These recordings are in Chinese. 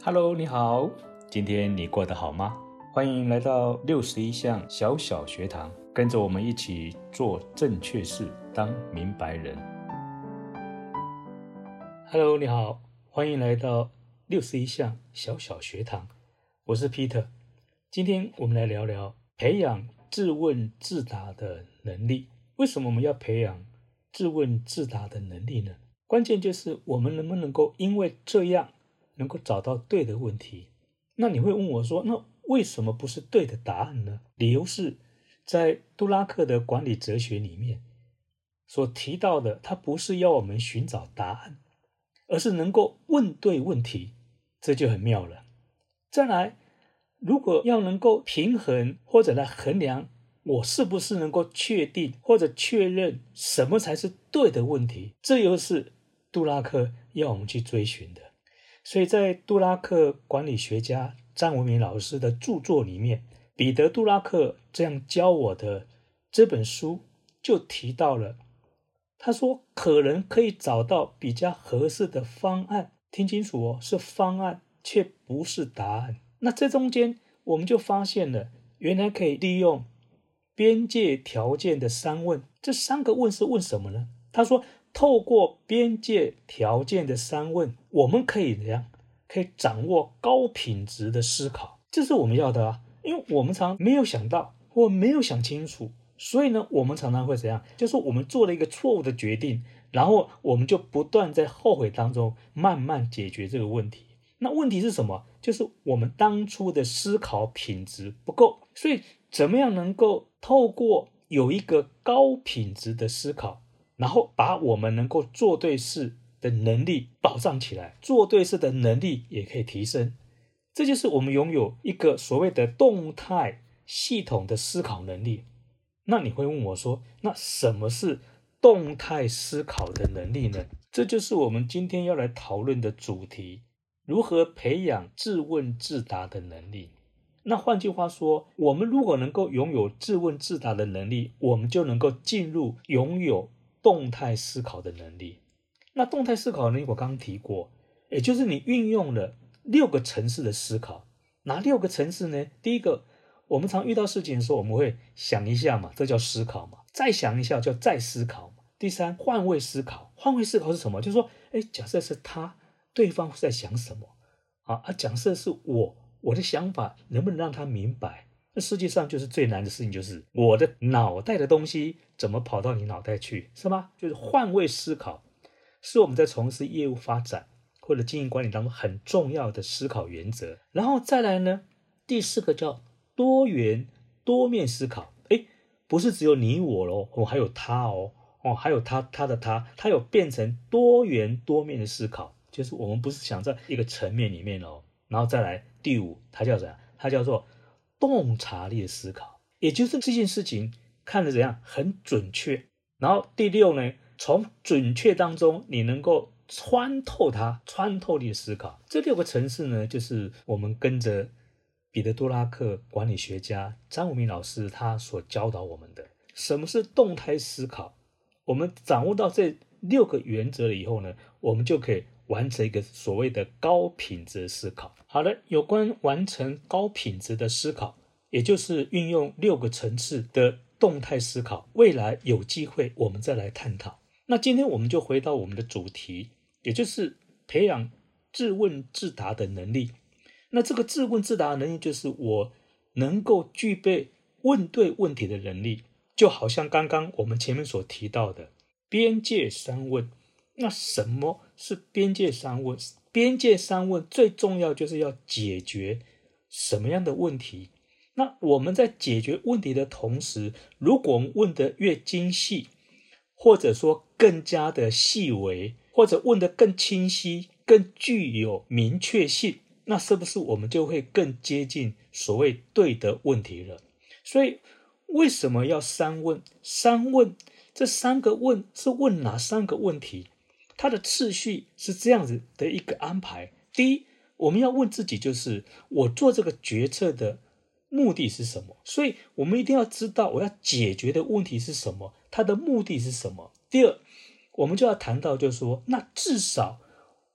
Hello， 你好，今天你过得好吗？欢迎来到61项小小学堂，跟着我们一起做正确事，当明白人。Hello， 你好，欢迎来到61项小小学堂，我是 Peter。今天我们来聊聊培养自问自答的能力。为什么我们要培养自问自答的能力呢？关键就是我们能不能够因为这样能够找到对的问题。那你会问我说，那为什么不是对的答案呢？理由是在杜拉克的管理哲学里面所提到的，他不是要我们寻找答案，而是能够问对问题，这就很妙了。再来，如果要能够平衡或者来衡量我是不是能够确定或者确认什么才是对的问题，这又是杜拉克要我们去追寻的。所以在杜拉克管理学家张文明老师的著作里面，彼得·杜拉克这样教我的这本书就提到了，他说可能可以找到比较合适的方案，听清楚哦，是方案，却不是答案。那这中间我们就发现了，原来可以利用边界条件的三问。这三个问是问什么呢？他说透过边界条件的三问，我们可以怎样？可以掌握高品质的思考，这是我们要的啊。因为我们常没有想到或没有想清楚，所以呢，我们常常会怎样？就是我们做了一个错误的决定，然后我们就不断在后悔当中慢慢解决这个问题。那问题是什么？就是我们当初的思考品质不够。所以怎么样能够透过有一个高品质的思考，然后把我们能够做对事的能力保障起来，做对事的能力也可以提升。这就是我们拥有一个所谓的动态系统的思考能力。那你会问我说，那什么是动态思考的能力呢？这就是我们今天要来讨论的主题，如何培养自问自答的能力。那换句话说，我们如果能够拥有自问自答的能力，我们就能够进入拥有动态思考的能力。那动态思考的能力我刚刚提过，也就是你运用了6个层次的思考。哪6个层次呢？第一个，我们常遇到事情的时候，我们会想一下嘛，这叫思考嘛，再想一下叫再思考嘛。第三，换位思考。换位思考是什么？就是说，假设是他，对方在想什么假设是我的想法能不能让他明白？那实际上就是最难的事情，就是我的脑袋的东西怎么跑到你脑袋去，是吗？就是换位思考是我们在从事业务发展或者经营管理当中很重要的思考原则。然后再来呢，第4个叫多元多面思考。不是只有你我咯，还有他哦，还有他的他有变成多元多面的思考，就是我们不是想在一个层面里面哦。然后再来第5，它叫什么？它叫做洞察力的思考，也就是这件事情看得怎样很准确。然后第6呢，从准确当中你能够穿透它，穿透力的思考。这6个层次呢，就是我们跟着彼得·杜拉克管理学家张文明老师他所教导我们的。什么是动态思考？我们掌握到这6个原则了以后呢，我们就可以完成一个所谓的高品质的思考。好了，有关完成高品质的思考，也就是运用6个层次的动态思考，未来有机会我们再来探讨。那今天我们就回到我们的主题，也就是培养自问自答的能力。那这个自问自答的能力，就是我能够具备问对问题的能力，就好像刚刚我们前面所提到的边界三问。那什么是边界三问？边界三问最重要就是要解决什么样的问题。那我们在解决问题的同时，如果我们问得越精细，或者说更加的细微，或者问得更清晰，更具有明确性，那是不是我们就会更接近所谓对的问题了？所以为什么要三问？三问，这3个问是问哪3个问题？它的次序是这样子的一个安排。第一，我们要问自己，就是我做这个决策的目的是什么？所以我们一定要知道我要解决的问题是什么，它的目的是什么。第二，我们就要谈到就是说，那至少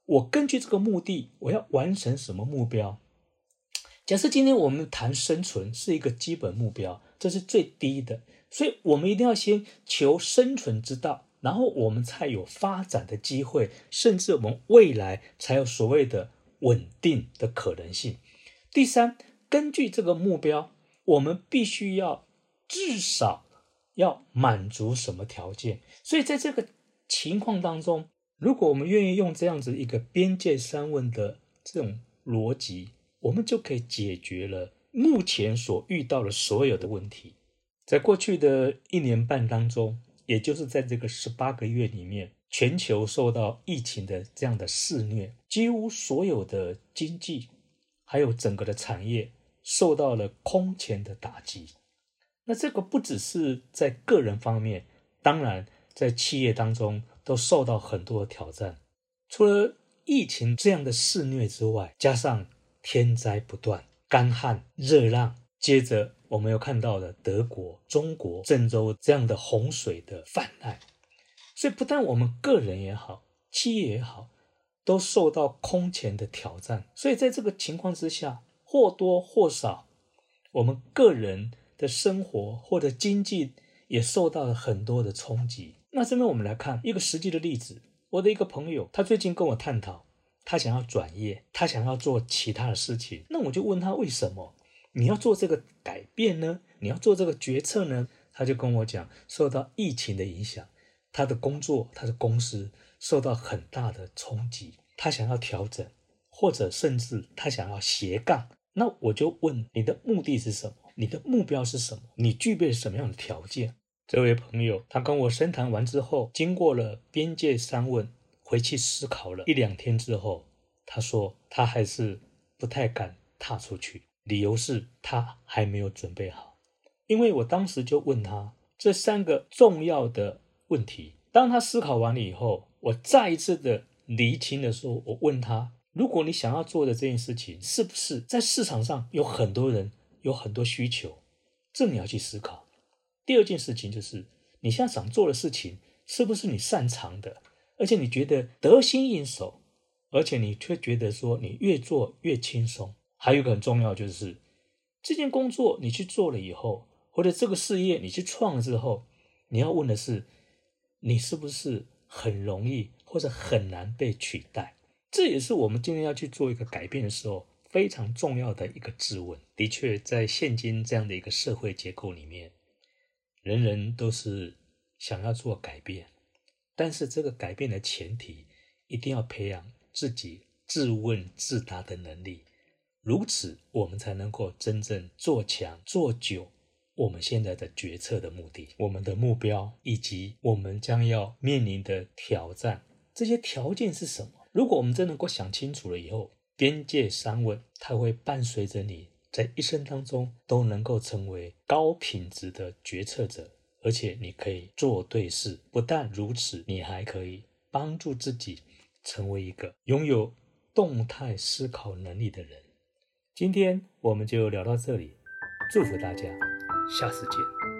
我根据这个目的，我要完成什么目标？假设今天我们谈生存是一个基本目标，这是最低的，所以我们一定要先求生存之道，然后我们才有发展的机会，甚至我们未来才有所谓的稳定的可能性。第三，根据这个目标，我们必须要至少要满足什么条件。所以在这个情况当中，如果我们愿意用这样子一个边界三问的这种逻辑，我们就可以解决了目前所遇到的所有的问题。在过去的1年半当中，也就是在这个18个月里面，全球受到疫情的这样的肆虐，几乎所有的经济还有整个的产业受到了空前的打击。那这个不只是在个人方面，当然在企业当中都受到很多的挑战。除了疫情这样的肆虐之外，加上天灾不断，干旱、热浪，接着我们又看到了德国、中国、郑州这样的洪水的泛滥，所以不但我们个人也好，企业也好，都受到空前的挑战。所以在这个情况之下，或多或少，我们个人的生活或者经济也受到了很多的冲击。那这边我们来看一个实际的例子，我的一个朋友，他最近跟我探讨，他想要转业，他想要做其他的事情。那我就问他，为什么你要做这个改变呢？你要做这个决策呢？他就跟我讲，受到疫情的影响，他的工作，他的公司受到很大的冲击，他想要调整，或者甚至他想要斜杠。那我就问，你的目的是什么？你的目标是什么？你具备什么样的条件？这位朋友他跟我深谈完之后，经过了边界三问，回去思考了1-2天之后，他说他还是不太敢踏出去，理由是他还没有准备好。因为我当时就问他这3个重要的问题，当他思考完了以后，我再一次的厘清的时候，我问他，如果你想要做的这件事情，是不是在市场上有很多人有很多需求，这你要去思考。第二件事情就是你现在想做的事情是不是你擅长的，而且你觉得得心应手，而且你却觉得说你越做越轻松。还有一个很重要，就是这件工作你去做了以后，或者这个事业你去创了之后，你要问的是你是不是很容易或者很难被取代。这也是我们今天要去做一个改变的时候非常重要的一个质问。的确在现今这样的一个社会结构里面，人人都是想要做改变，但是这个改变的前提一定要培养自己自问自答的能力，如此我们才能够真正做强做久我们现在的决策的目的，我们的目标，以及我们将要面临的挑战，这些条件是什么。如果我们真能够想清楚了以后，边界三问它会伴随着你在一生当中都能够成为高品质的决策者，而且你可以做对事。不但如此，你还可以帮助自己成为一个拥有动态思考能力的人。今天我们就聊到这里，祝福大家，下次见。